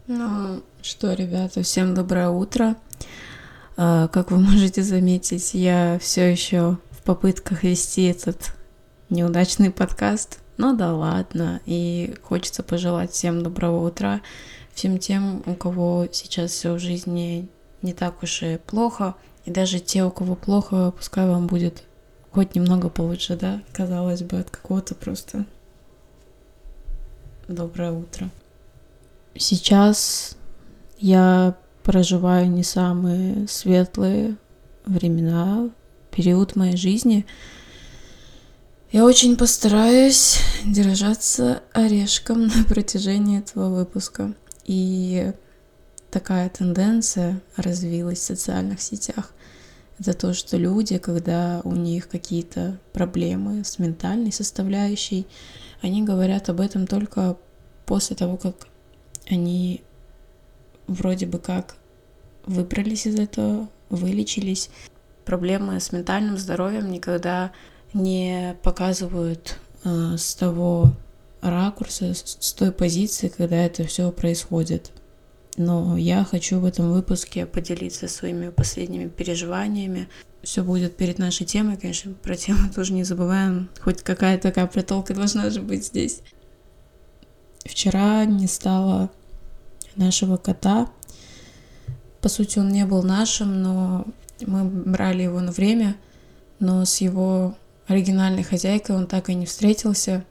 Ну что, ребята, всем доброе утро. Как вы можете заметить, я все еще в попытках вести этот неудачный подкаст. Ну да ладно, и хочется пожелать всем доброго утра, всем тем, у кого сейчас все в жизни не так уж и плохо, и даже те, у кого плохо, пускай вам будет хоть немного получше, да, казалось бы, от какого-то просто доброе утро. Сейчас я проживаю не самые светлые времена, период моей жизни. Я очень постараюсь держаться орешком на протяжении этого выпуска. И такая тенденция развилась в социальных сетях. Это то, что люди, когда у них какие-то проблемы с ментальной составляющей, они говорят об этом только после того, как они вроде бы как выбрались из этого, вылечились. Проблемы с ментальным здоровьем никогда не показывают с того ракурса, с той позиции, когда это все происходит. Но я хочу в этом выпуске поделиться своими последними переживаниями. Все будет перед нашей темой, конечно, про тему тоже не забываем. Хоть какая-то такая притолка должна же быть здесь. Вчера не стало нашего кота. По сути, он не был нашим, но мы брали его на время, но с его оригинальной хозяйкой он так и не встретился.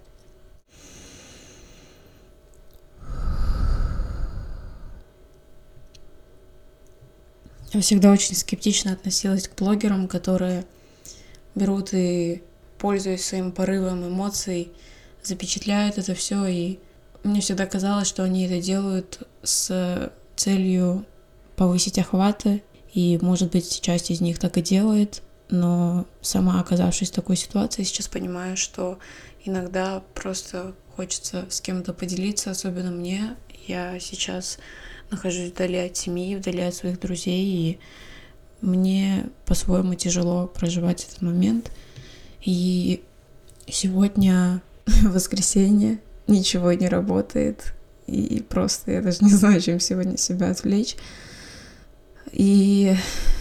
Я всегда очень скептично относилась к блогерам, которые берут и, пользуясь своим порывом эмоций, запечатляют это все, и мне всегда казалось, что они это делают с целью повысить охваты, и, может быть, часть из них так и делает, но сама, оказавшись в такой ситуации, сейчас понимаю, что иногда просто хочется с кем-то поделиться, особенно мне. Я сейчас нахожусь вдали от семьи, вдали от своих друзей, и мне по-своему тяжело проживать этот момент. И сегодня воскресенье, ничего не работает, и просто я даже не знаю, чем сегодня себя отвлечь. И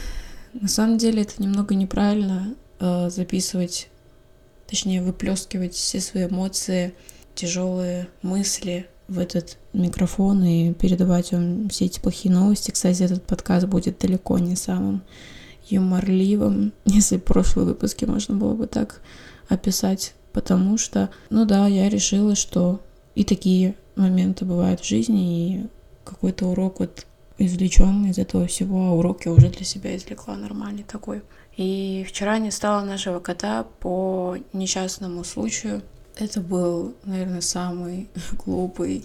на самом деле это немного неправильно записывать, точнее выплескивать все свои эмоции, тяжелые мысли в этот микрофон и передавать вам все эти плохие новости. Кстати, этот подкаст будет далеко не самым юморливым, если прошлые выпуски можно было бы так описать, потому что, я решила, что и такие моменты бывают в жизни, и какой-то урок извлечем из этого всего, а урок я уже для себя извлекла нормальный такой. И вчера не стало нашего кота по несчастному случаю. Это был, наверное, самый глупый,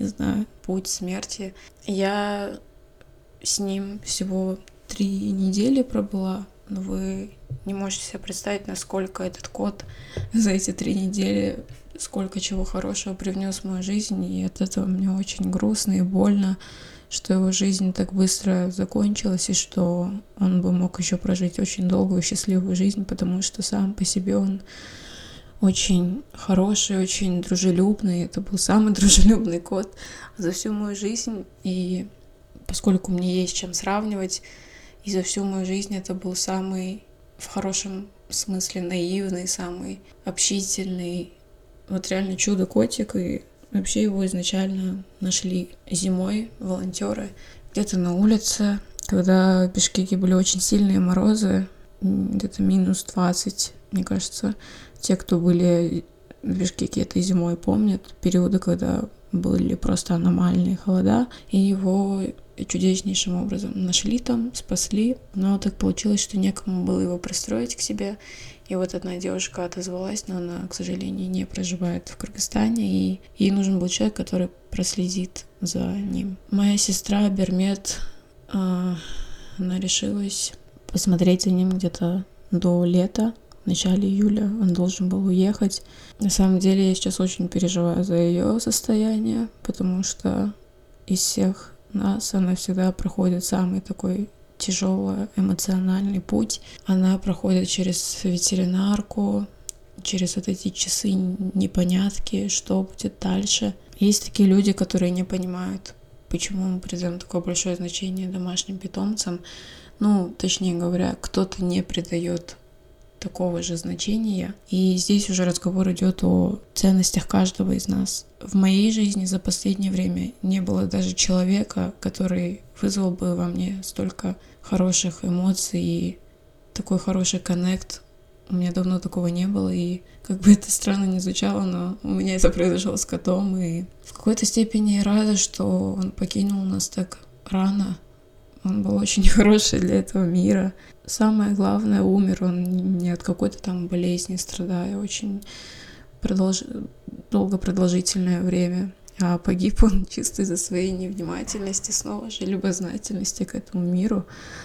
путь смерти. Я с ним всего 3 недели пробыла, но вы не можете себе представить, насколько этот кот за эти 3 недели сколько чего хорошего привнес в мою жизнь, и от этого мне очень грустно и больно, что его жизнь так быстро закончилась, и что он бы мог еще прожить очень долгую счастливую жизнь, потому что сам по себе он очень хороший, очень дружелюбный. Это был самый дружелюбный кот за всю мою жизнь, и поскольку мне есть чем сравнивать, и за всю мою жизнь это был самый, в хорошем смысле, наивный, самый общительный, вот реально чудо-котик. И вообще его изначально нашли зимой волонтеры где-то на улице, когда в Бишкеке были очень сильные морозы, где-то минус 20, мне кажется. Те, кто были в Бишкеке этой зимой, помнят периоды, когда были просто аномальные холода, и его чудеснейшим образом нашли там, спасли, но так получилось, что некому было его пристроить к себе. И вот одна девушка отозвалась, но она, к сожалению, не проживает в Кыргызстане, и ей нужен был человек, который проследит за ним. Моя сестра Бермет, она решилась посмотреть за ним где-то до лета. В начале июля он должен был уехать. На самом деле я сейчас очень переживаю за ее состояние, потому что из всех нас она всегда проходит самый такой тяжелый эмоциональный путь. Она проходит через ветеринарку, через вот эти часы непонятки, что будет дальше. Есть такие люди, которые не понимают, почему мы придаем такое большое значение домашним питомцам. Ну, точнее говоря, кто-то не придает такого же значения. И здесь уже разговор идет о ценностях каждого из нас. В моей жизни за последнее время не было даже человека, который вызвал бы во мне столько хороших эмоций и такой хороший коннект. У меня давно такого не было, и как бы это странно не звучало, но у меня это произошло с котом, и в какой-то степени я рада, что он покинул нас так рано. Он был очень хороший для этого мира. Самое главное, умер он не от какой-то там болезни, страдая очень долгопродолжительное время, а погиб он чисто из-за своей невнимательности, снова же любознательности к этому миру.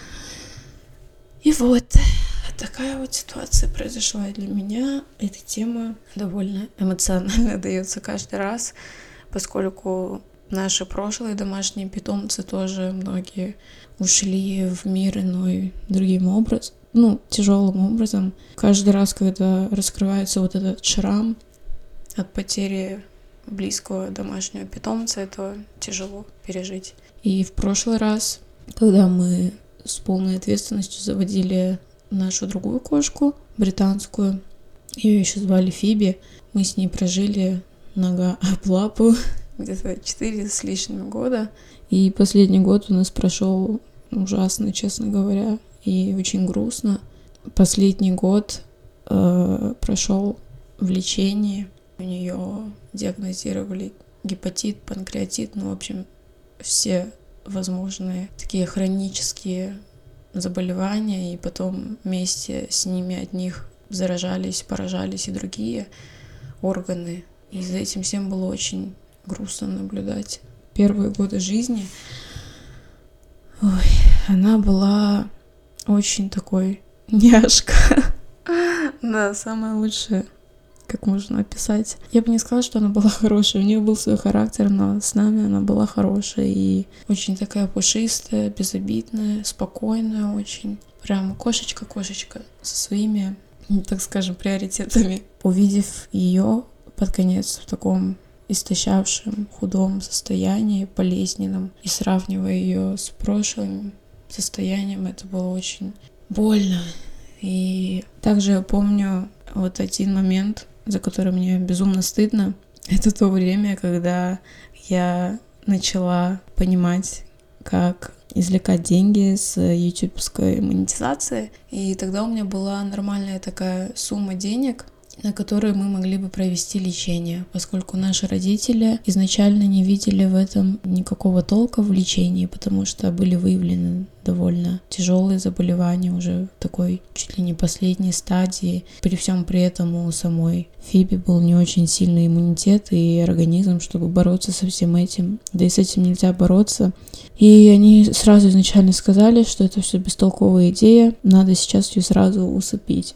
И вот такая вот ситуация произошла для меня. Эта тема довольно эмоционально дается каждый раз, поскольку наши прошлые домашние питомцы тоже многие ушли в мир иной другим образом, тяжелым образом. Каждый раз, когда раскрывается вот этот шрам от потери близкого домашнего питомца, это тяжело пережить. И в прошлый раз, когда мы с полной ответственностью заводили нашу другую кошку, британскую, ее еще звали Фиби, мы с ней прожили нога об лапу где-то 4 с лишним года. И последний год у нас прошел ужасно, честно говоря, и очень грустно. Последний год прошел в лечении. У нее диагнозировали гепатит, панкреатит, в общем, все возможные такие хронические заболевания, и потом вместе с ними от них заражались, поражались и другие органы. И за этим всем было очень грустно наблюдать. Первые годы жизни, она была очень такой няшка. Да, самое лучшее, как можно описать. Я бы не сказала, что она была хорошей. У нее был свой характер, но с нами она была хорошая и очень такая пушистая, безобидная, спокойная очень. Прям кошечка-кошечка со своими, так скажем, приоритетами. Увидев ее под конец в таком истощавшем, худом состоянии, болезненном, и сравнивая ее с прошлым состоянием, это было очень больно. И также я помню вот один момент, за который мне безумно стыдно. Это то время, когда я начала понимать, как извлекать деньги с ютубской монетизации. И тогда у меня была нормальная такая сумма денег, на которые мы могли бы провести лечение, поскольку наши родители изначально не видели в этом никакого толка в лечении, потому что были выявлены довольно тяжелые заболевания уже в такой чуть ли не последней стадии. При всем при этом у самой Фиби был не очень сильный иммунитет и организм, чтобы бороться со всем этим. Да и с этим нельзя бороться. И они сразу изначально сказали, что это все бестолковая идея, надо сейчас ее сразу усыпить.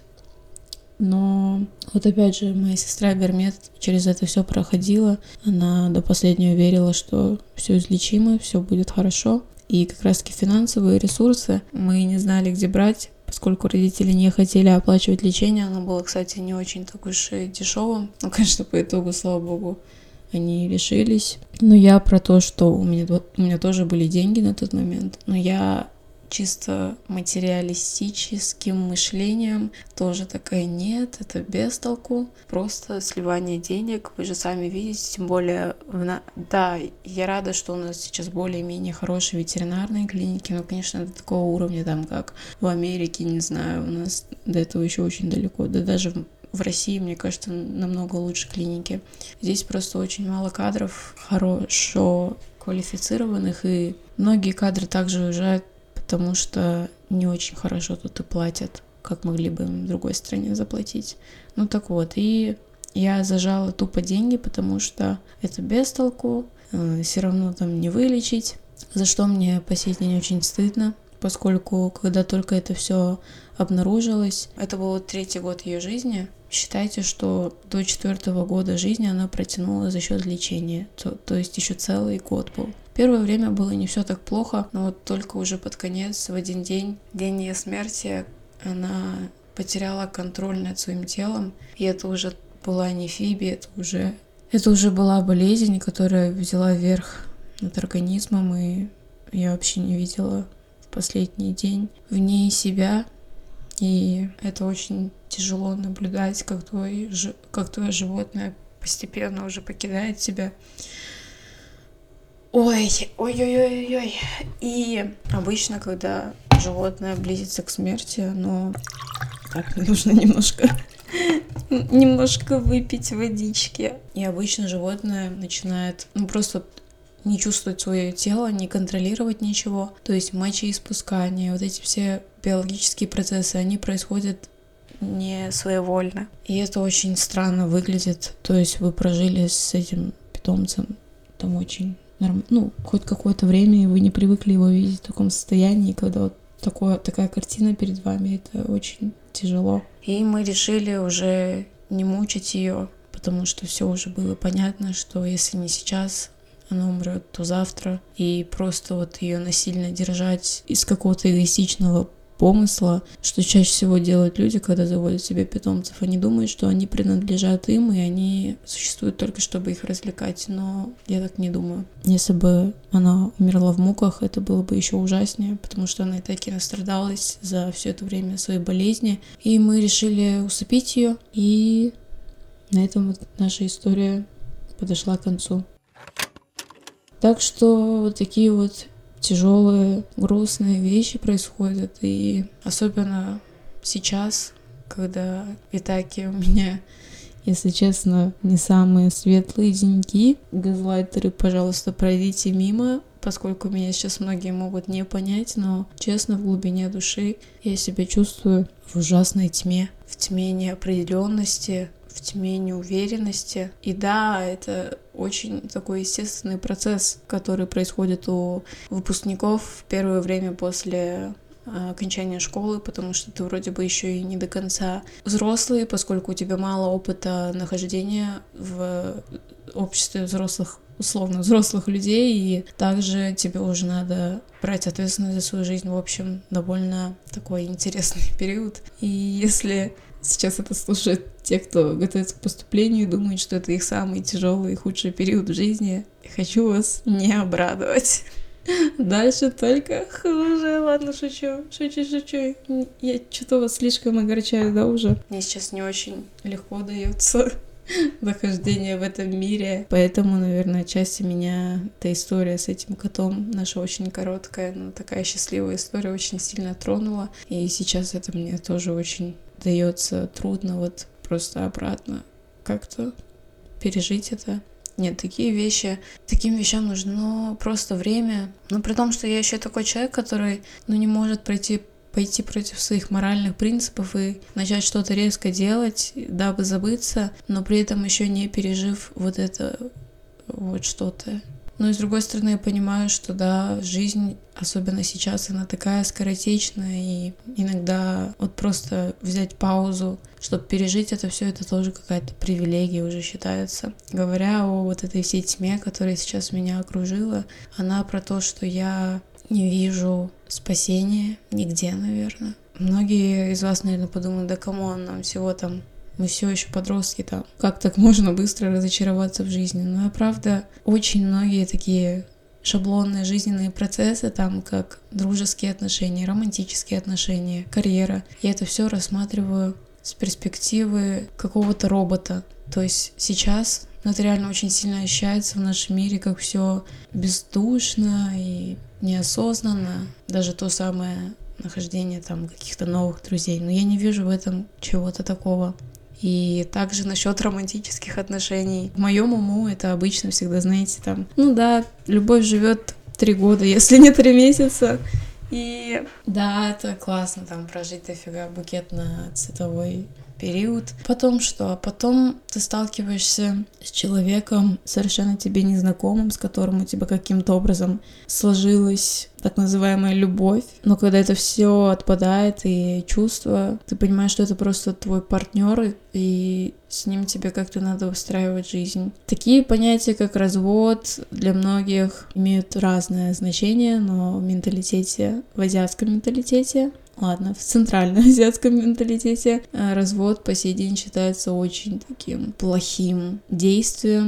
Но вот опять же, моя сестра Бермет через это все проходила. Она до последнего верила, что все излечимо, все будет хорошо. И как раз-таки финансовые ресурсы мы не знали, где брать, поскольку родители не хотели оплачивать лечение. Оно было, кстати, не очень так уж и дешевым. Конечно, по итогу, слава богу, они решились. Но я про то, что у меня тоже были деньги на тот момент, но я чисто материалистическим мышлением тоже такая: нет, это без толку, просто сливание денег, вы же сами видите, тем более, да, я рада, что у нас сейчас более-менее хорошие ветеринарные клиники, но, конечно, до такого уровня, там, как в Америке, не знаю, у нас до этого еще очень далеко, да даже в России, мне кажется, намного лучше клиники. Здесь просто очень мало кадров хорошо квалифицированных, и многие кадры также уезжают, потому что не очень хорошо тут и платят, как могли бы им в другой стране заплатить. Ну так вот, и я зажала тупо деньги, потому что это без толку, все равно там не вылечить, за что мне по сей день очень стыдно, поскольку когда только это все обнаружилось, это был 3-й год ее жизни. Считайте, что до 4-го года жизни она протянула за счет лечения, то есть еще целый год был. Первое время было не все так плохо, но вот только уже под конец, в один день ее смерти, она потеряла контроль над своим телом, и это уже была не Фиби, это уже была болезнь, которая взяла верх над организмом, и я вообще не видела в последний день в ней себя. И это очень тяжело наблюдать, как твое животное постепенно уже покидает тебя. Ой. И обычно, когда животное близится к смерти, оно... Так, мне нужно немножко выпить водички. И обычно животное начинает, просто не чувствовать свое тело, не контролировать ничего. То есть мочеиспускание, вот эти все биологические процессы, они происходят не своевольно. И это очень странно выглядит. То есть вы прожили с этим питомцем там очень хоть какое-то время, и вы не привыкли его видеть в таком состоянии, когда вот такая картина перед вами, это очень тяжело. И мы решили уже не мучить ее, потому что все уже было понятно, что если не сейчас она умрет, то завтра. И просто вот ее насильно держать из какого-то эгоистичного помысла, что чаще всего делают люди, когда заводят себе питомцев. Они думают, что они принадлежат им, и они существуют только, чтобы их развлекать. Но я так не думаю. Если бы она умерла в муках, это было бы еще ужаснее, потому что она и так и настрадалась за все это время своей болезни. И мы решили усыпить ее, и на этом вот наша история подошла к концу. Так что вот такие вот тяжелые, грустные вещи происходят. И особенно сейчас, когда и так у меня, если честно, не самые светлые деньки. Газлайтеры, пожалуйста, пройдите мимо, поскольку меня сейчас многие могут не понять, но честно, в глубине души я себя чувствую в ужасной тьме, в тьме неопределенности, в тьме неуверенности. И да, это очень такой естественный процесс, который происходит у выпускников в первое время после окончания школы, потому что ты вроде бы еще и не до конца взрослый, поскольку у тебя мало опыта нахождения в обществе условно взрослых людей, и также тебе уже надо брать ответственность за свою жизнь. В общем, довольно такой интересный период. И если сейчас это слушают те, кто готовится к поступлению и думают, что это их самый тяжелый и худший период в жизни, хочу вас не обрадовать. Дальше только хуже. Ладно, шучу. Я что-то вас слишком огорчаю, да, уже? Мне сейчас не очень легко дается нахождение в этом мире. Поэтому, наверное, часть меня, эта история с этим котом, наша очень короткая, но такая счастливая история, очень сильно тронула. И сейчас это мне тоже очень дается трудно вот просто обратно как-то пережить это. Нет, таким вещам нужно просто время. Но при том, что я еще такой человек, который не может пойти против своих моральных принципов и начать что-то резко делать, дабы забыться, но при этом еще не пережив вот это вот что-то. Но и с другой стороны, я понимаю, что да, жизнь, особенно сейчас, она такая скоротечная, и иногда вот просто взять паузу, чтобы пережить это все, это тоже какая-то привилегия уже считается. Говоря о вот этой всей тьме, которая сейчас меня окружила, она про то, что я не вижу спасения нигде, наверное. Многие из вас, наверное, подумают, да камон, нам всего там... Мы все еще подростки там. Как так можно быстро разочароваться в жизни? Но я правда, очень многие такие шаблонные жизненные процессы, там как дружеские отношения, романтические отношения, карьера. Я это все рассматриваю с перспективы какого-то робота. То есть сейчас это реально очень сильно ощущается в нашем мире, как все бездушно и неосознанно. Даже то самое нахождение там каких-то новых друзей. Но я не вижу в этом чего-то такого. И также насчет романтических отношений. В моем уму это обычно всегда, знаете, там, любовь живет 3 года, если не 3 месяца. И да, это классно там прожить дофига букетно-цветовой период. Потом что? Потом ты сталкиваешься с человеком совершенно тебе незнакомым, с которым у тебя каким-то образом сложилась так называемая любовь. Но когда это все отпадает и чувства, ты понимаешь, что это просто твой партнер, и с ним тебе как-то надо выстраивать жизнь. Такие понятия, как развод, для многих имеют разное значение, но в азиатском менталитете, в центральноазиатском менталитете развод по сей день считается очень таким плохим действием.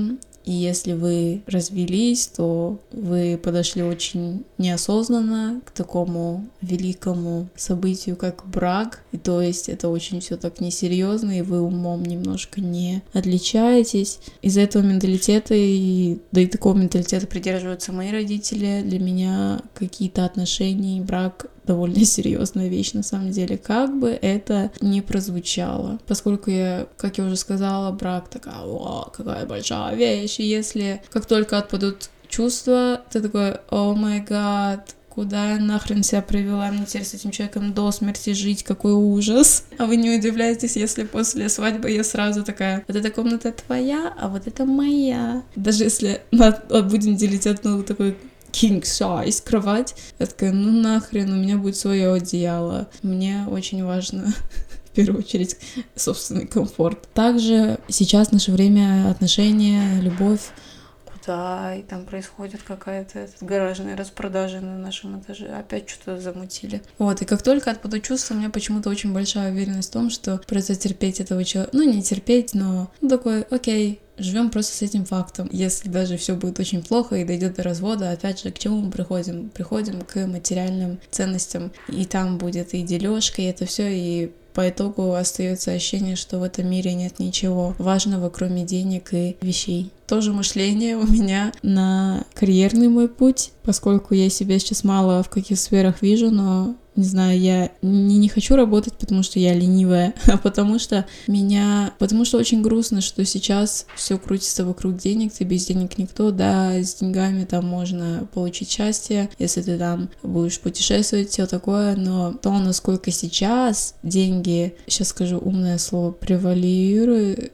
И если вы развелись, то вы подошли очень неосознанно к такому великому событию, как брак. И то есть это очень все так несерьезно, и вы умом немножко не отличаетесь. Из-за этого менталитета, да и такого менталитета придерживаются мои родители. Для меня какие-то отношения и брак довольно серьезная вещь на самом деле, как бы это ни прозвучало. Поскольку как я уже сказала, брак такая, о, какая большая вещь, и если как только отпадут чувства, ты такой, о май гад, куда я нахрен себя привела, мне теперь с этим человеком до смерти жить, какой ужас. А вы не удивляетесь, если после свадьбы я сразу такая, вот эта комната твоя, а вот это моя. Даже если будем делить одну такой king size кровать, я такая, ну нахрен, у меня будет свое одеяло. Мне очень важно в первую очередь собственный комфорт. Также сейчас в наше время отношения, любовь, куда и там происходит какая-то гаражная распродажа на нашем этаже. Опять что-то замутили. Вот, и как только отпадут чувства, у меня почему-то очень большая уверенность в том, что придется терпеть этого человека. Ну, не терпеть, но такой, окей, живем просто с этим фактом. Если даже все будет очень плохо и дойдет до развода, опять же, к чему мы приходим? Приходим к материальным ценностям. И там будет и дележка, и это все, и по итогу остается ощущение, что в этом мире нет ничего важного, кроме денег и вещей. Тоже мышление у меня на карьерный мой путь, поскольку я себя сейчас мало в каких сферах вижу, но не знаю, я не хочу работать, потому что я ленивая, а потому что очень грустно, что сейчас все крутится вокруг денег, ты без денег никто, да, с деньгами там можно получить счастье, если ты там будешь путешествовать, все такое, но то, насколько сейчас деньги, сейчас скажу умное слово, превалируют,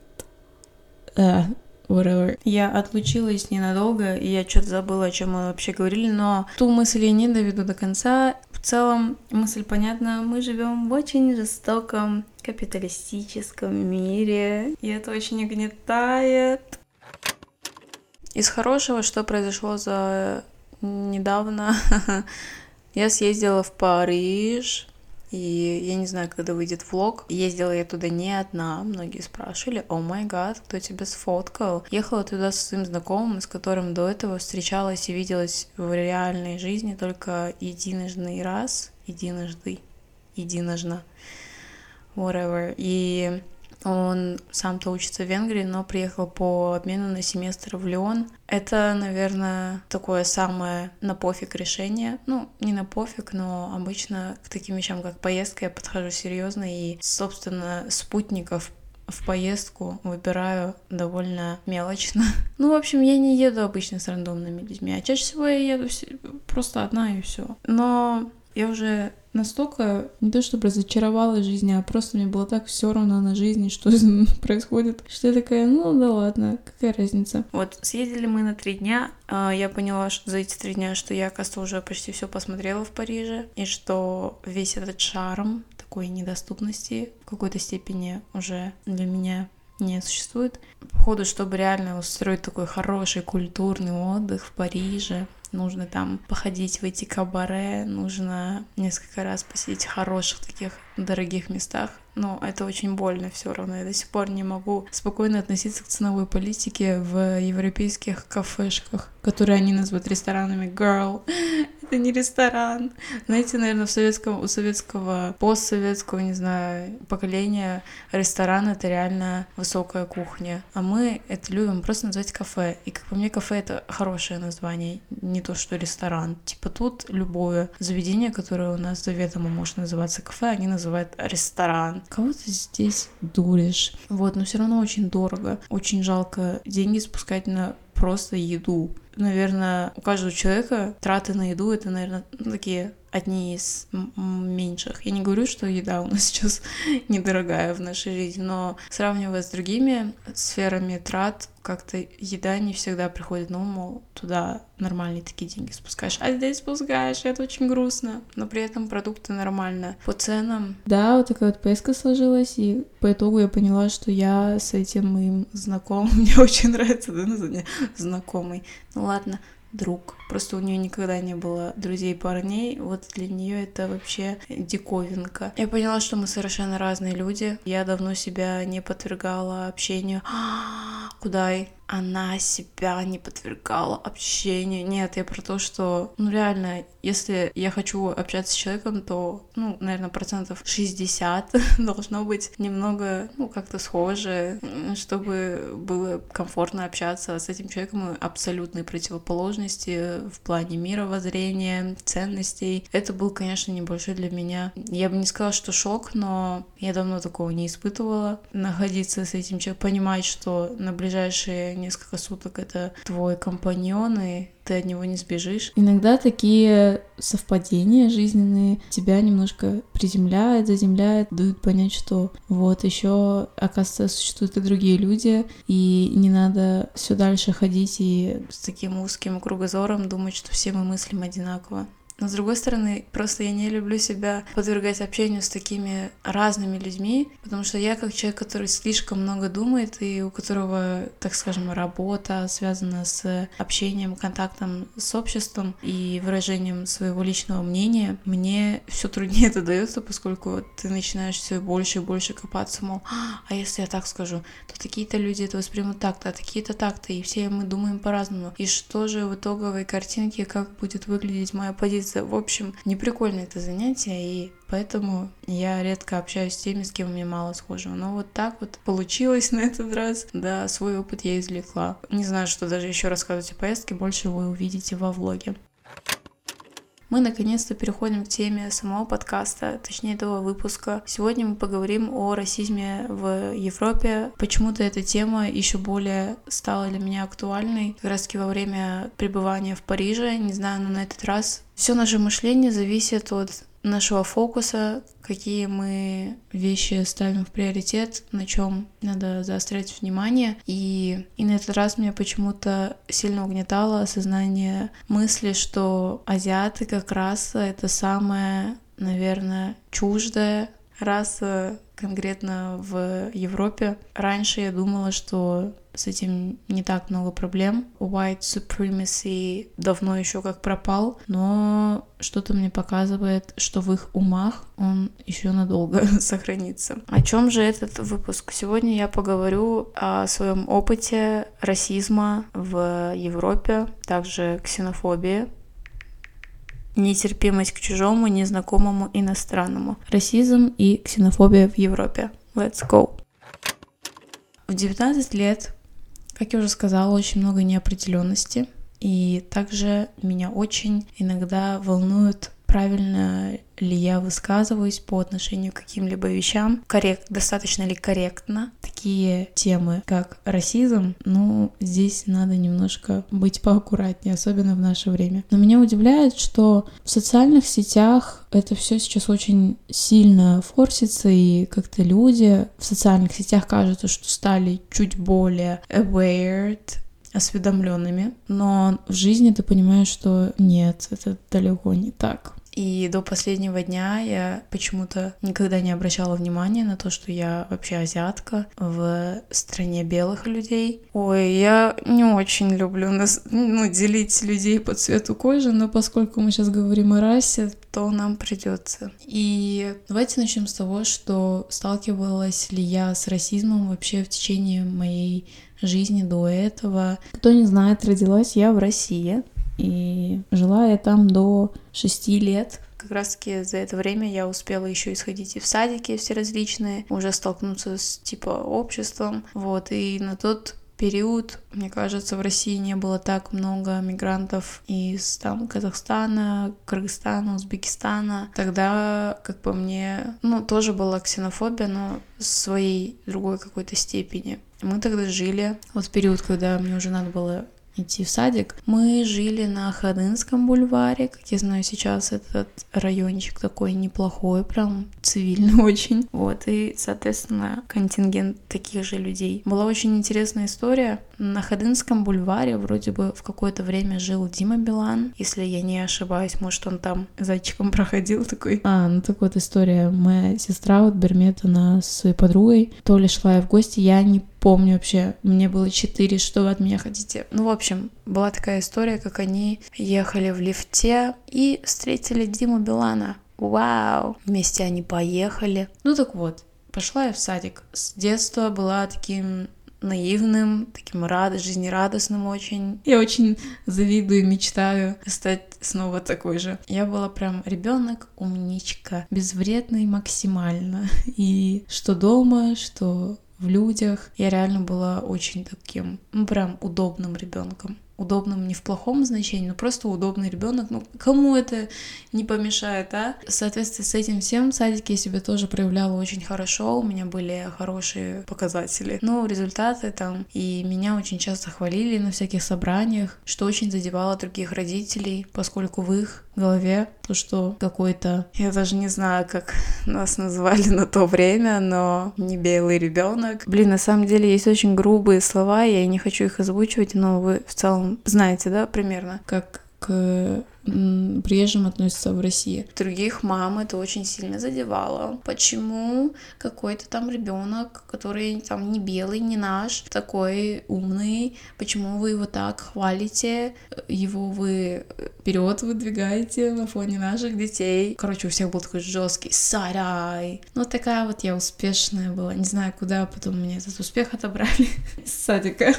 whatever. Я отлучилась ненадолго, и я что-то забыла, о чем мы вообще говорили, но ту мысль я не доведу до конца. В целом, мысль понятна, мы живем в очень жестоком капиталистическом мире, и это очень угнетает. Из хорошего, что произошло за недавно, я съездила в Париж. И я не знаю, когда выйдет влог. Ездила я туда не одна. Многие спрашивали, о май гад, кто тебя сфоткал? Ехала туда со своим знакомым, с которым до этого встречалась и виделась в реальной жизни только единожды, whatever. И он сам-то учится в Венгрии, но приехал по обмену на семестр в Лион. Это, наверное, такое самое на пофиг решение. Ну, не на пофиг, но обычно к таким вещам, как поездка, я подхожу серьезно и, собственно, спутников в поездку выбираю довольно мелочно. Ну, в общем, я не еду обычно с рандомными людьми, а чаще всего я еду просто одна и все. Но я уже настолько не то чтобы разочаровалась в жизни, а просто мне было так все равно на жизни, что происходит, что я такая, ну да ладно, какая разница. Вот, съездили мы на 3 дня, я поняла что за эти 3 дня, что я, оказывается, уже почти все посмотрела в Париже, и что весь этот шарм такой недоступности в какой-то степени уже для меня не существует. Походу, чтобы реально устроить такой хороший культурный отдых в Париже, нужно там походить в эти кабаре, нужно несколько раз посидеть в хороших таких дорогих местах. Но это очень больно все равно. Я до сих пор не могу спокойно относиться к ценовой политике в европейских кафешках, которые они называют ресторанами. Girl, это не ресторан. Знаете, наверное, у советского, постсоветского, не знаю, поколения ресторан — это реально высокая кухня. А мы это любим просто называть кафе. И, как по мне, кафе — это хорошее название, не то, что ресторан. Типа тут любое заведение, которое у нас заведомо может называться кафе, они называют ресторан. Кого ты здесь дуришь? Вот, но все равно очень дорого. Очень жалко деньги спускать на просто еду. Наверное, у каждого человека траты на еду — это, наверное, такие одни из меньших. Я не говорю, что еда у нас сейчас недорогая в нашей жизни, но сравнивая с другими сферами трат, как-то еда не всегда приходит на ум, мол, туда нормальные такие деньги спускаешь, а здесь спускаешь, и это очень грустно, но при этом продукты нормально. По ценам, да, вот такая вот поездка сложилась, и по итогу я поняла, что я с этим моим знакомым, мне очень нравится, да, название, знакомый, ну ладно, друг. Просто у нее никогда не было друзей парней. Вот для нее это вообще диковинка. Я поняла, что мы совершенно разные люди. Я давно себя не подвергала общению. Кудай. она себя не подвергала общению. Нет, я про то, что, реально, если я хочу общаться с человеком, то, наверное, 60% должно быть немного, как-то схоже, чтобы было комфортно общаться с этим человеком. Мы абсолютные противоположности в плане мировоззрения, ценностей. Это был, конечно, небольшой для меня, я бы не сказала, что шок, но я давно такого не испытывала. Находиться с этим человеком, понимать, что на ближайшие несколько суток это твой компаньон, и ты от него не сбежишь. Иногда такие совпадения жизненные тебя немножко приземляют, заземляют, дают понять, что вот еще, оказывается, существуют и другие люди, и не надо все дальше ходить и с таким узким кругозором думать, что все мы мыслим одинаково. Но, с другой стороны, просто я не люблю себя подвергать общению с такими разными людьми, потому что я как человек, который слишком много думает и у которого, так скажем, работа связана с общением, контактом с обществом и выражением своего личного мнения, мне все труднее это дается, поскольку ты начинаешь все больше и больше копаться, мол, а если я так скажу, то такие-то люди это воспримут так-то, а такие-то так-то, и все мы думаем по-разному. И что же в итоговой картинке, как будет выглядеть моя позиция? В общем, неприкольно это занятие, и поэтому я редко общаюсь с теми, с кем мне мало схожего. Но вот так вот получилось на этот раз. Да, свой опыт я извлекла. Не знаю, что даже еще рассказывать о поездке, больше вы увидите во влоге. Мы наконец-то переходим к теме самого подкаста, точнее этого выпуска. Сегодня мы поговорим о расизме в Европе. Почему-то эта тема еще более стала для меня актуальной как раз-таки во время пребывания в Париже. Не знаю, но на этот раз все наше мышление зависит от нашего фокуса, какие мы вещи ставим в приоритет, на чем надо заострять внимание. И на этот раз меня почему-то сильно угнетало осознание мысли, что азиаты как раса — это самая, наверное, чуждая раса конкретно в Европе. Раньше я думала, что с этим не так много проблем. White supremacy давно еще как пропал, но что-то мне показывает, что в их умах он еще надолго сохранится. О чем же этот выпуск? Сегодня я поговорю о своем опыте расизма в Европе, также ксенофобии, нетерпимость к чужому, незнакомому, иностранному. Расизм и ксенофобия в Европе. Let's go! В 19 лет, как я уже сказала, очень много неопределенности. И также меня очень иногда волнует, правильно ли я высказываюсь по отношению к каким-либо вещам, достаточно ли корректно. Такие темы, как расизм, здесь надо немножко быть поаккуратнее, особенно в наше время. Но меня удивляет, что в социальных сетях это все сейчас очень сильно форсится, и как-то люди в социальных сетях кажется, что стали чуть более aware, осведомленными, но в жизни ты понимаешь, что нет, это далеко не так. И до последнего дня я почему-то никогда не обращала внимания на то, что я вообще азиатка в стране белых людей. Ой, я не очень люблю делить людей по цвету кожи, но поскольку мы сейчас говорим о расе, то нам придется. И давайте начнем с того, что сталкивалась ли я с расизмом вообще в течение моей жизни до этого. Кто не знает, родилась я в России. И жила я там до 6 лет. Как раз таки за это время я успела еще и сходить и в садики все различные, уже столкнуться с обществом. И на тот период, мне кажется, в России не было так много мигрантов из Казахстана, Кыргызстана, Узбекистана. Тогда, как по мне, тоже была ксенофобия, но в своей другой какой-то степени. Мы тогда жили, в период, когда мне уже надо было идти в садик, мы жили на Ходынском бульваре. Как я знаю, сейчас этот райончик такой неплохой, прям цивильный очень. И, соответственно, контингент таких же людей. Была очень интересная история. На Ходынском бульваре вроде бы в какое-то время жил Дима Билан, если я не ошибаюсь, может, он там зайчиком проходил такой. Так вот история. Моя сестра Бермет, она с своей подругой, то ли шла я в гости, я не помню вообще, мне было 4, что вы от меня хотите. В общем, была такая история, как они ехали в лифте и встретили Диму Билана. Вау! Вместе они поехали. Так вот, пошла я в садик. С детства была таким, наивным, таким жизнерадостным очень. Я очень завидую и мечтаю стать снова такой же. Я была прям ребенок, умничка, безвредный максимально. И что дома, что в людях. Я реально была очень таким, прям удобным ребенком. Удобным не в плохом значении, но просто удобный ребенок. Ну, кому это не помешает, а? В соответствии с этим всем в садике я себя тоже проявляла очень хорошо, у меня были хорошие показатели. Но результаты там, и меня очень часто хвалили на всяких собраниях, что очень задевало других родителей, поскольку в их голове то, что какой-то, я даже не знаю, как нас называли на то время, но не белый ребенок. Блин, на самом деле есть очень грубые слова, я не хочу их озвучивать, но вы в целом знаете, да, примерно, как к приезжим относятся в России. Других мам это очень сильно задевало. Почему какой-то там ребенок, который там не белый, не наш, такой умный, почему вы его так хвалите, его вы вперед выдвигаете на фоне наших детей. Короче, у всех был такой жесткий сарай. Ну, такая вот я успешная была. Не знаю, куда потом меня этот успех отобрали из садика.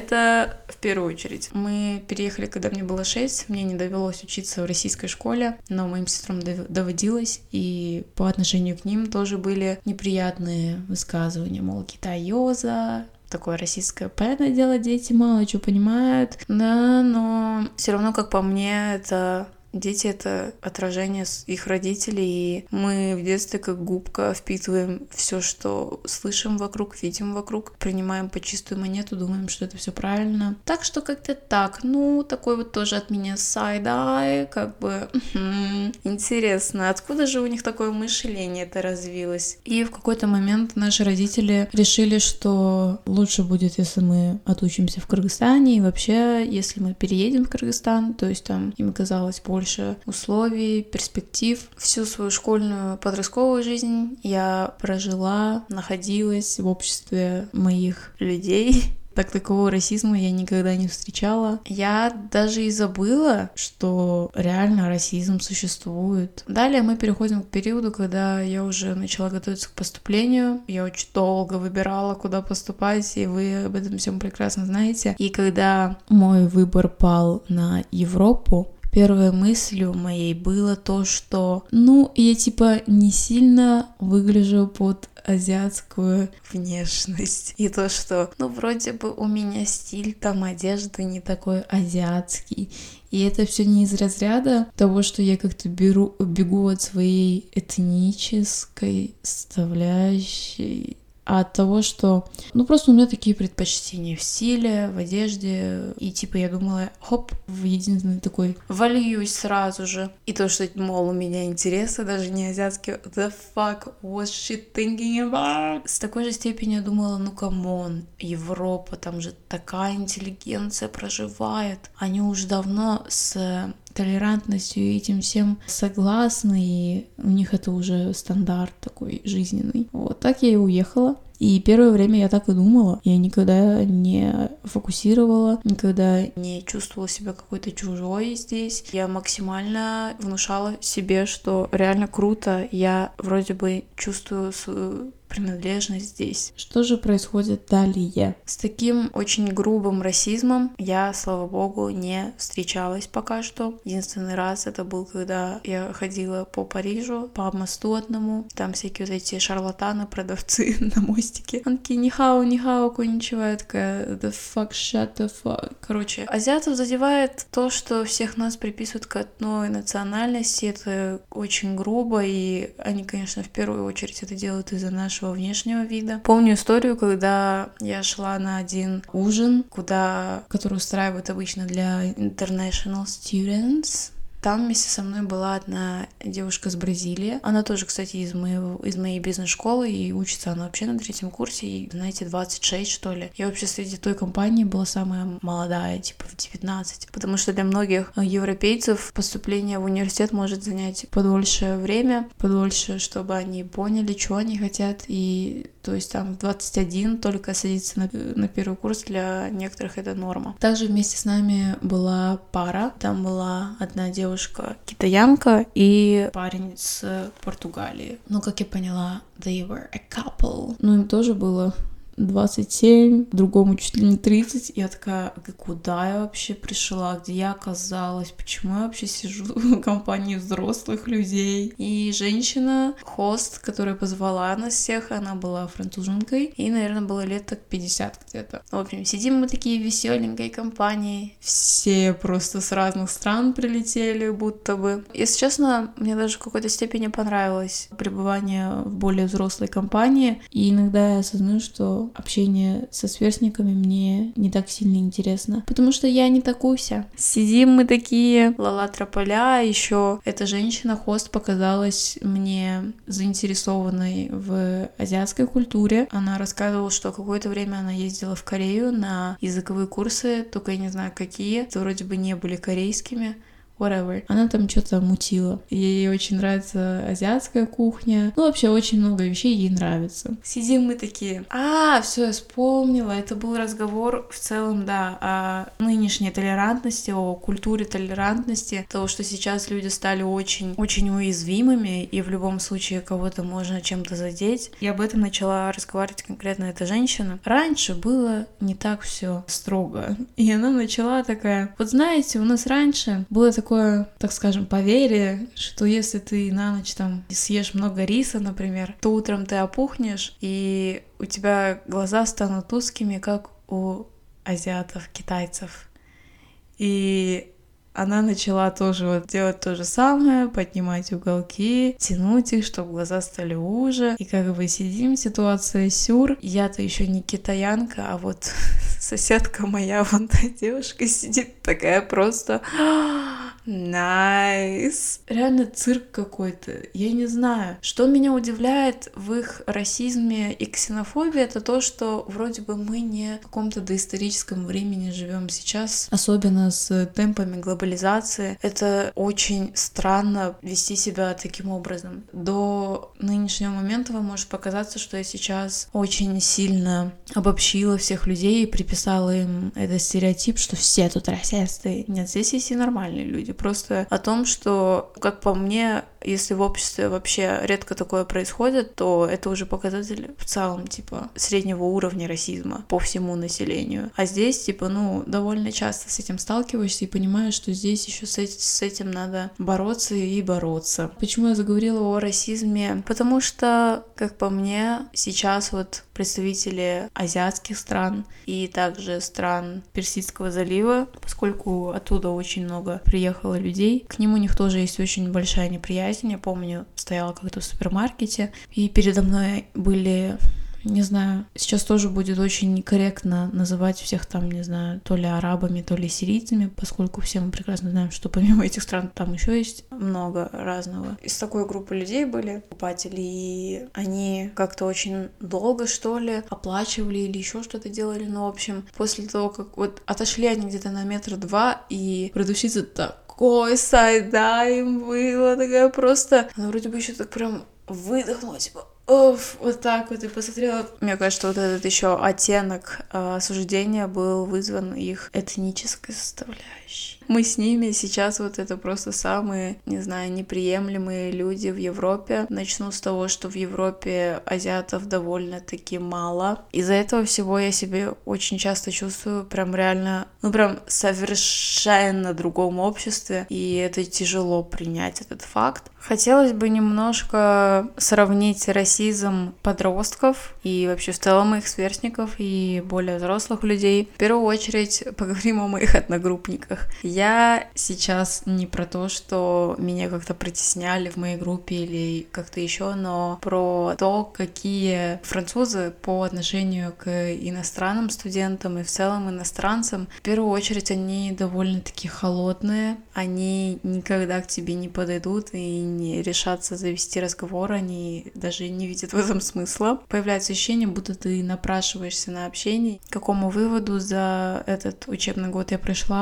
Это в первую очередь. Мы переехали, когда мне было 6, мне не довелось учиться в российской школе, но моим сестрам доводилось, и по отношению к ним тоже были неприятные высказывания, мол, китаёза, такое российское, понятное дело, дети мало что понимают, да, но все равно, как по мне, это... Дети — это отражение их родителей, и мы в детстве как губка впитываем все, что слышим вокруг, видим вокруг, принимаем по чистую монету, думаем, что это все правильно. Так что как-то так. Ну, такой вот тоже от меня side-eye, как бы интересно, откуда же у них такое мышление это развилось? И в какой-то момент наши родители решили, что лучше будет, если мы отучимся в Кыргызстане, и вообще, если мы переедем в Кыргызстан, то есть там им казалось больше условий, перспектив. Всю свою школьную подростковую жизнь я прожила, находилась в обществе моих людей. Так такого расизма я никогда не встречала. Я даже и забыла, что реально расизм существует. Далее мы переходим к периоду, когда я уже начала готовиться к поступлению. Я очень долго выбирала, куда поступать, и вы об этом всем прекрасно знаете. И когда мой выбор пал на Европу, первой мыслью моей было то, что, я типа не сильно выгляжу под азиатскую внешность. И то, что, вроде бы у меня стиль там одежды не такой азиатский. И это все не из разряда того, что я как-то бегу от своей этнической составляющей, а от того, что, просто у меня такие предпочтения в стиле, в одежде, и типа я думала, хоп, в единственный такой вольюсь сразу же. И то, что, мол, у меня интересы даже не азиатские, the fuck was she thinking about? С такой же степенью я думала, камон, Европа, там же такая интеллигенция проживает, они уж давно с толерантностью и этим всем согласны, и у них это уже стандарт такой жизненный. Вот так я и уехала. И первое время я так и думала. Я никогда не фокусировала, никогда не чувствовала себя какой-то чужой здесь. Я максимально внушала себе, что реально круто. Я вроде бы чувствую свою принадлежность здесь. Что же происходит далее? С таким очень грубым расизмом я, слава богу, не встречалась пока что. Единственный раз это был, когда я ходила по Парижу, по мосту одному. Там всякие вот эти шарлатаны, продавцы на мостике. Он такие, нихао, коничева. Я такая, the fuck, shut the fuck. Короче, азиатов задевает то, что всех нас приписывают к одной национальности. Это очень грубо, и они, конечно, в первую очередь это делают из-за нашего внешнего вида. Помню историю, когда я шла на один ужин, который устраивают обычно для international students. Там вместе со мной была одна девушка из Бразилии. Она тоже, кстати, из моей бизнес-школы, и учится она вообще на 3-м курсе, и, знаете, 26, что ли. Я вообще среди той компании была самая молодая, типа в 19. Потому что для многих европейцев поступление в университет может занять подольше время, подольше, чтобы они поняли, что они хотят, и то есть там в 21 только садиться на первый курс, для некоторых это норма. Также вместе с нами была пара. Там была одна девушка-китаянка и парень с Португалии. Как я поняла, they were a couple. Им тоже было 27, другому чуть ли не 30. Я такая, куда я вообще пришла, где я оказалась, почему я вообще сижу в компании взрослых людей. И женщина, хост, которая позвала нас всех, она была француженкой, и, наверное, было лет так 50 где-то. В общем, сидим мы такие веселенькой компании, все просто с разных стран прилетели, будто бы. Если честно, мне даже в какой-то степени понравилось пребывание в более взрослой компании, и иногда я осознаю, что общение со сверстниками мне не так сильно интересно, потому что я не такуся. Сидим мы такие, ла-ла трополя, еще эта женщина-хост показалась мне заинтересованной в азиатской культуре. Она рассказывала, что какое-то время она ездила в Корею на языковые курсы, только я не знаю какие, то вроде бы не были корейскими. Whatever. Она там что-то мутила. Ей очень нравится азиатская кухня. Ну, вообще, очень много вещей ей нравится. Сидим мы такие. Все, я вспомнила. Это был разговор в целом, да, о нынешней толерантности, о культуре толерантности, того, что сейчас люди стали очень уязвимыми, и в любом случае кого-то можно чем-то задеть. И об этом начала разговаривать конкретно эта женщина. Раньше было не так все строго. И она начала такая: вот знаете, у нас раньше было такое, так скажем, поверье, что если ты на ночь там съешь много риса, например, то утром ты опухнешь, и у тебя глаза станут узкими, как у азиатов, китайцев. И она начала тоже вот делать то же самое, поднимать уголки, тянуть их, чтобы глаза стали уже. И как бы сидим, ситуация сюр. Я-то еще не китаянка, а вот соседка моя, вон та девушка сидит такая просто... Найс. Реально цирк какой-то. Я не знаю. Что меня удивляет в их расизме и ксенофобии, это то, что вроде бы мы не в каком-то доисторическом времени живем сейчас, особенно с темпами глобализации. Это очень странно вести себя таким образом. До нынешнего момента вам может показаться, что я сейчас очень сильно обобщила всех людей и приписала им этот стереотип, что все тут расисты. Нет, здесь есть и нормальные люди. Просто о том, что, как по мне, если в обществе вообще редко такое происходит, то это уже показатель в целом, типа, среднего уровня расизма по всему населению. А здесь, типа, довольно часто с этим сталкиваешься и понимаешь, что здесь еще с этим надо бороться и бороться. Почему я заговорила о расизме? Потому что, как по мне, сейчас вот представители азиатских стран и также стран Персидского залива, поскольку оттуда очень много приехало людей, к ним у них тоже есть очень большая неприязнь. Я помню, стояла как-то в супермаркете, и передо мной были... Не знаю, сейчас тоже будет очень некорректно называть всех там, не знаю, то ли арабами, то ли сирийцами, поскольку все мы прекрасно знаем, что помимо этих стран там еще есть много разного. Из такой группы людей были покупатели, и они как-то очень долго, что ли, оплачивали или еще что-то делали. Ну, в общем, после того, как вот отошли они где-то на 1-2 метра, и продавщица такой сайдай им было, такая просто... Она вроде бы еще так прям выдохнула, типа... вот так вот и посмотрела. Мне кажется, что вот этот еще оттенок осуждения был вызван их этнической составляющей. Мы с ними сейчас вот это просто самые, не знаю, неприемлемые люди в Европе. Начну с того, что в Европе азиатов довольно-таки мало. Из-за этого всего я себе очень часто чувствую прям реально, прям совершенно другом обществе, и это тяжело принять этот факт. Хотелось бы немножко сравнить расизм подростков и вообще в целом их сверстников и более взрослых людей. В первую очередь поговорим о моих одногруппниках. Я сейчас не про то, что меня как-то притесняли в моей группе или как-то еще, но про то, какие французы по отношению к иностранным студентам и в целом иностранцам. В первую очередь они довольно-таки холодные, они никогда к тебе не подойдут и не решатся завести разговор, они даже не видят в этом смысла. Появляется ощущение, будто ты напрашиваешься на общение. К какому выводу за этот учебный год я пришла насчет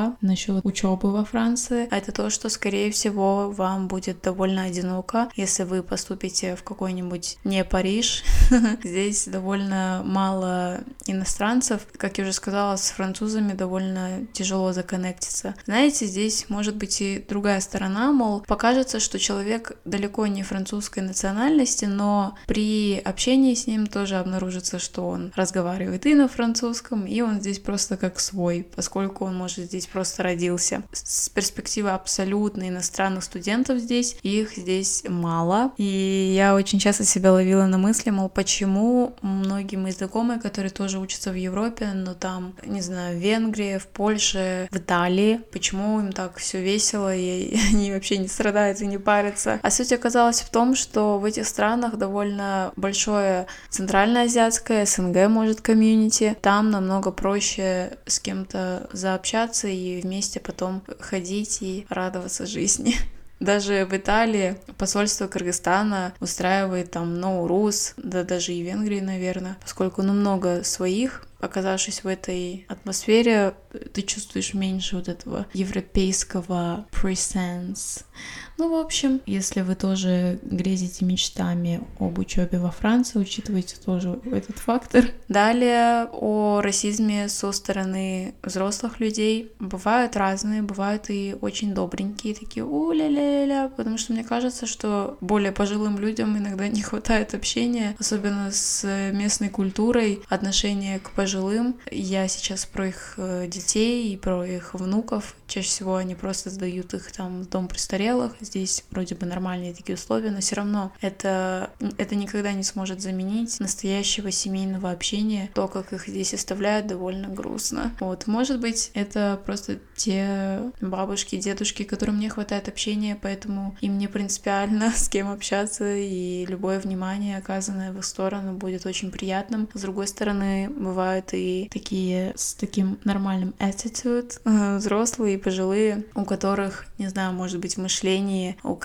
насчет учебы во Франции, это то, что, скорее всего, вам будет довольно одиноко, если вы поступите в какой-нибудь не Париж. Здесь довольно мало иностранцев. Как я уже сказала, с французами довольно тяжело законнектиться. Знаете, здесь может быть и другая сторона, мол, покажется, что человек далеко не французской национальности, но при общении с ним тоже обнаружится, что он разговаривает и на французском, и он здесь просто как свой, поскольку он, может, здесь просто родился. С перспективы абсолютно иностранных студентов здесь, их здесь мало, и я очень часто себя ловила на мысли, мол, почему многие мои знакомые, которые тоже учатся в Европе, но там, не знаю, в Венгрии, в Польше, в Италии, почему им так все весело, и они вообще не страдают и не парятся. А суть оказалась в том, что в этих странах довольно большое центральноазиатское, СНГ, может, комьюнити. Там намного проще с кем-то заобщаться и вместе потом ходить и радоваться жизни. Даже в Италии посольство Кыргызстана устраивает там Ноурус, да даже и в Венгрии, наверное, поскольку много своих. Оказавшись в этой атмосфере, ты чувствуешь меньше вот этого европейского presence. Ну, в общем, если вы тоже грезите мечтами об учебе во Франции, учитывайте тоже этот фактор. Далее о расизме со стороны взрослых людей. Бывают разные, бывают и очень добренькие, такие у-ля-ля-ля, потому что мне кажется, что более пожилым людям иногда не хватает общения, особенно с местной культурой, отношения к пожилым. Я сейчас про их детей и про их внуков. Чаще всего они просто сдают их там в дом престарелых. Здесь вроде бы нормальные такие условия, но все равно это никогда не сможет заменить настоящего семейного общения. То, как их здесь оставляют, довольно грустно. Вот, может быть, это просто те бабушки, дедушки, которым не хватает общения, поэтому им не принципиально с кем общаться, и любое внимание, оказанное в их сторону, будет очень приятным. С другой стороны, бывают и такие с таким нормальным attitude, взрослые и пожилые, у которых, не знаю, может быть, в мышлении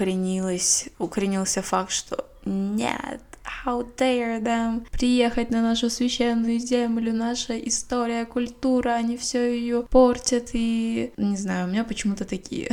укоренился факт, что нет, how dare them приехать на нашу священную землю, наша история, культура, они все ее портят, и не знаю, у меня почему-то такие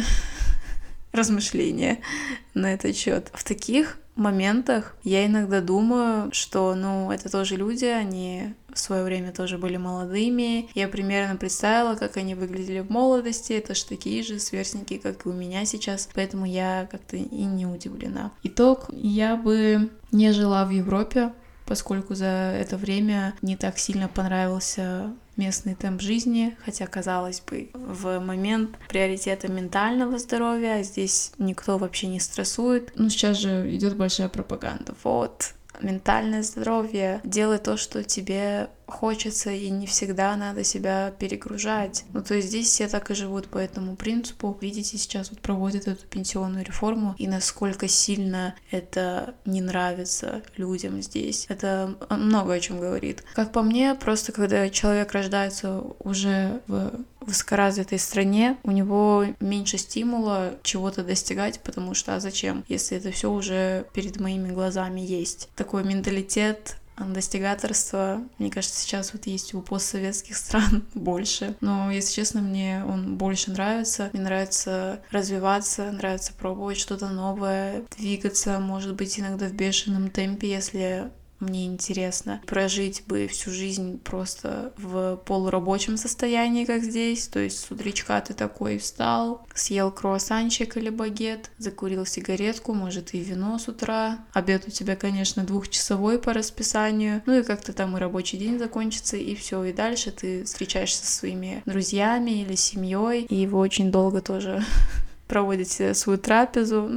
размышления на этот счет. В таких моментах я иногда думаю, что, это тоже люди, они в свое время тоже были молодыми. Я примерно представила, как они выглядели в молодости. Это ж такие же сверстники, как и у меня сейчас. Поэтому я как-то и не удивлена. Итог: я бы не жила в Европе, поскольку за это время не так сильно понравился местный темп жизни, хотя, казалось бы, в момент приоритета ментального здоровья здесь никто вообще не стрессует. Сейчас же идет большая пропаганда. Вот, ментальное здоровье, делай то, что тебе хочется, и не всегда надо себя перегружать. То есть здесь все так и живут по этому принципу. Видите, сейчас вот проводят эту пенсионную реформу, и насколько сильно это не нравится людям здесь. Это много о чем говорит. Как по мне, просто когда человек рождается уже в высокоразвитой стране, у него меньше стимула чего-то достигать, потому что а зачем, если это все уже перед моими глазами есть. Такой менталитет достигаторства, мне кажется, сейчас вот есть у постсоветских стран больше. Но, если честно, мне он больше нравится. Мне нравится развиваться, нравится пробовать что-то новое, двигаться, может быть, иногда в бешеном темпе, если мне интересно. Прожить бы всю жизнь просто в полурабочем состоянии, как здесь. То есть с утречка ты такой встал, съел круассанчик или багет, закурил сигаретку, может и вино с утра. Обед у тебя, конечно, 2-часовой по расписанию. И как-то там и рабочий день закончится, и все. И дальше ты встречаешься со своими друзьями или семьей, и вы очень долго тоже проводите свою трапезу.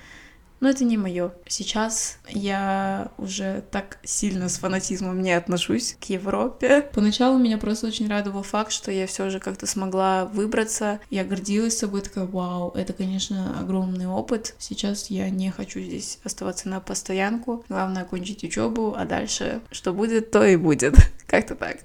Но это не мое. Сейчас я уже так сильно с фанатизмом не отношусь к Европе. Поначалу меня просто очень радовал факт, что я все же как-то смогла выбраться. Я гордилась собой, такая: вау, это, конечно, огромный опыт. Сейчас я не хочу здесь оставаться на постоянку. Главное — окончить учебу, а дальше что будет, то и будет. Как-то так.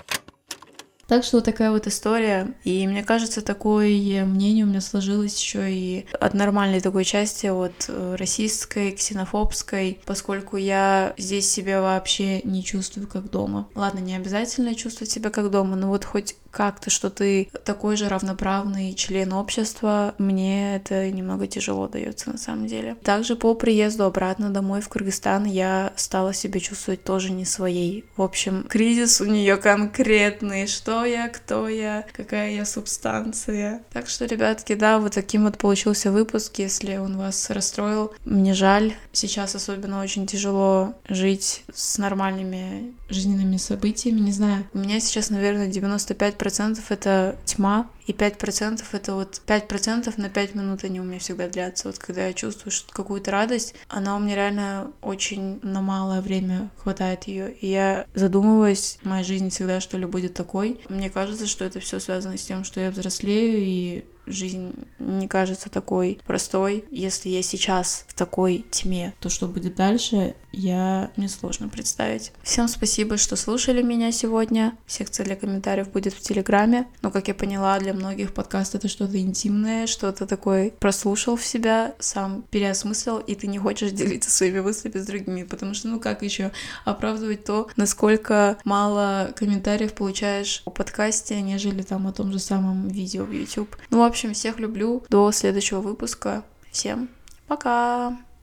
Так что вот такая вот история. И мне кажется, такое мнение у меня сложилось еще и от нормальной такой части, от расистской, ксенофобской, поскольку я здесь себя вообще не чувствую как дома. Ладно, не обязательно чувствовать себя как дома, но вот хоть как-то, что ты такой же равноправный член общества, мне это немного тяжело дается на самом деле. Также по приезду обратно домой в Кыргызстан я стала себя чувствовать тоже не своей. В общем, кризис у нее конкретный. Что я, кто я, какая я субстанция. Так что, ребятки, да, вот таким вот получился выпуск. Если он вас расстроил, мне жаль. Сейчас особенно очень тяжело жить с нормальными жизненными событиями. Не знаю, у меня сейчас, наверное, 95% это тьма, и 5% это вот 5% на 5 минут они у меня всегда длятся. Вот когда я чувствую какую-то радость, она у меня реально очень на малое время хватает ее. И я задумываюсь, моя жизнь всегда что ли будет такой. Мне кажется, что это все связано с тем, что я взрослею, и жизнь не кажется такой простой. Если я сейчас в такой тьме, то что будет дальше, мне сложно представить. Всем спасибо, что слушали меня сегодня. Секция для комментариев будет в Телеграме. Но, как я поняла, для многих подкаст — это что-то интимное, что-то такое прослушал в себя, сам переосмыслил, и ты не хочешь делиться своими мыслями с другими, потому что, как еще оправдывать то, насколько мало комментариев получаешь о подкасте, нежели там о том же самом видео в YouTube. В общем, всех люблю. До следующего выпуска. Всем пока!